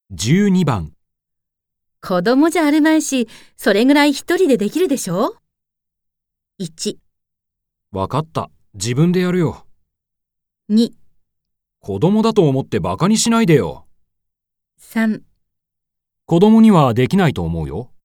12番。 子供じゃあるまいし、それぐらい一人でできるでしょ？ 1、 わかった。自分でやるよ。 2、 子供だと思ってバカにしないでよ。 3 子供にはできないと思うよ。